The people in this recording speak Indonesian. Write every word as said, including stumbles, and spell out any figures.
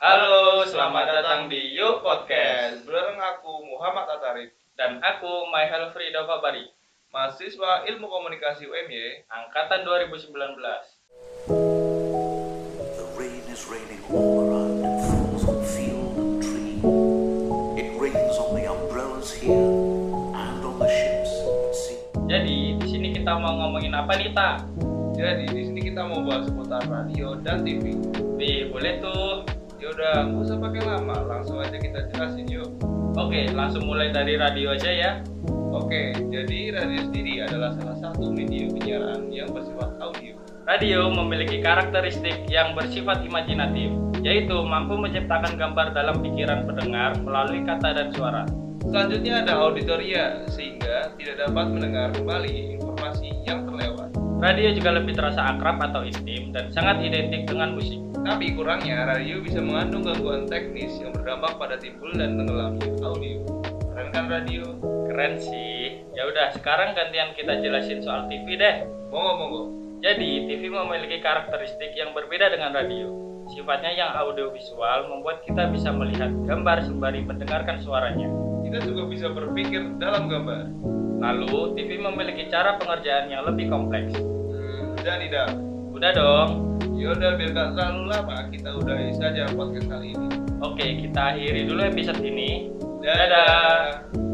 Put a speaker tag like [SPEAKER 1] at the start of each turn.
[SPEAKER 1] Halo, selamat datang di Yuk Podcast.
[SPEAKER 2] Bareng aku Muhammad Atarif
[SPEAKER 1] Dan aku Michael Frida Fabari,
[SPEAKER 2] mahasiswa Ilmu Komunikasi U M Y
[SPEAKER 1] angkatan dua ribu sembilan belas.
[SPEAKER 3] The rain is raining all around and falls on field and tree. It rains on the umbrellas here and on the ships at sea.
[SPEAKER 1] Jadi, di sini kita mau ngomongin apa nih, Tak?
[SPEAKER 2] Jadi di sini kita mau bahas seputar radio dan T V.
[SPEAKER 1] Wih, boleh tuh.
[SPEAKER 2] Yaudah, nggak usah pakai lama, langsung aja kita jelasin yuk.
[SPEAKER 1] Oke, langsung mulai dari radio aja ya.
[SPEAKER 2] Oke, jadi radio sendiri adalah salah satu media penyiaran yang bersifat audio.
[SPEAKER 1] Radio memiliki karakteristik yang bersifat imajinatif, yaitu mampu menciptakan gambar dalam pikiran pendengar melalui kata dan suara.
[SPEAKER 2] Selanjutnya ada auditoria, sehingga tidak dapat mendengar kembali informasi yang terlewat.
[SPEAKER 1] Radio juga lebih terasa akrab atau intim dan sangat identik dengan musik.
[SPEAKER 2] Tapi kurangnya, radio bisa mengandung gangguan teknis yang berdampak pada timbul dan tenggelamnya audio. Keren kan radio?
[SPEAKER 1] Keren sih. Ya udah, sekarang gantian kita jelasin soal T V deh.
[SPEAKER 2] Monggo, monggo.
[SPEAKER 1] Jadi, T V memiliki karakteristik yang berbeda dengan radio. Sifatnya yang audiovisual membuat kita bisa melihat gambar sembari mendengarkan suaranya.
[SPEAKER 2] Kita juga bisa berpikir dalam gambar.
[SPEAKER 1] Lalu, T V memiliki cara pengerjaan yang lebih kompleks.
[SPEAKER 2] Hmm, udah nih, Dam.
[SPEAKER 1] Udah dong.
[SPEAKER 2] Yaudah, biar gak terlalu lama, kita udahi saja podcast kali ini.
[SPEAKER 1] Oke, kita akhiri dulu episode ini.
[SPEAKER 2] Dadah.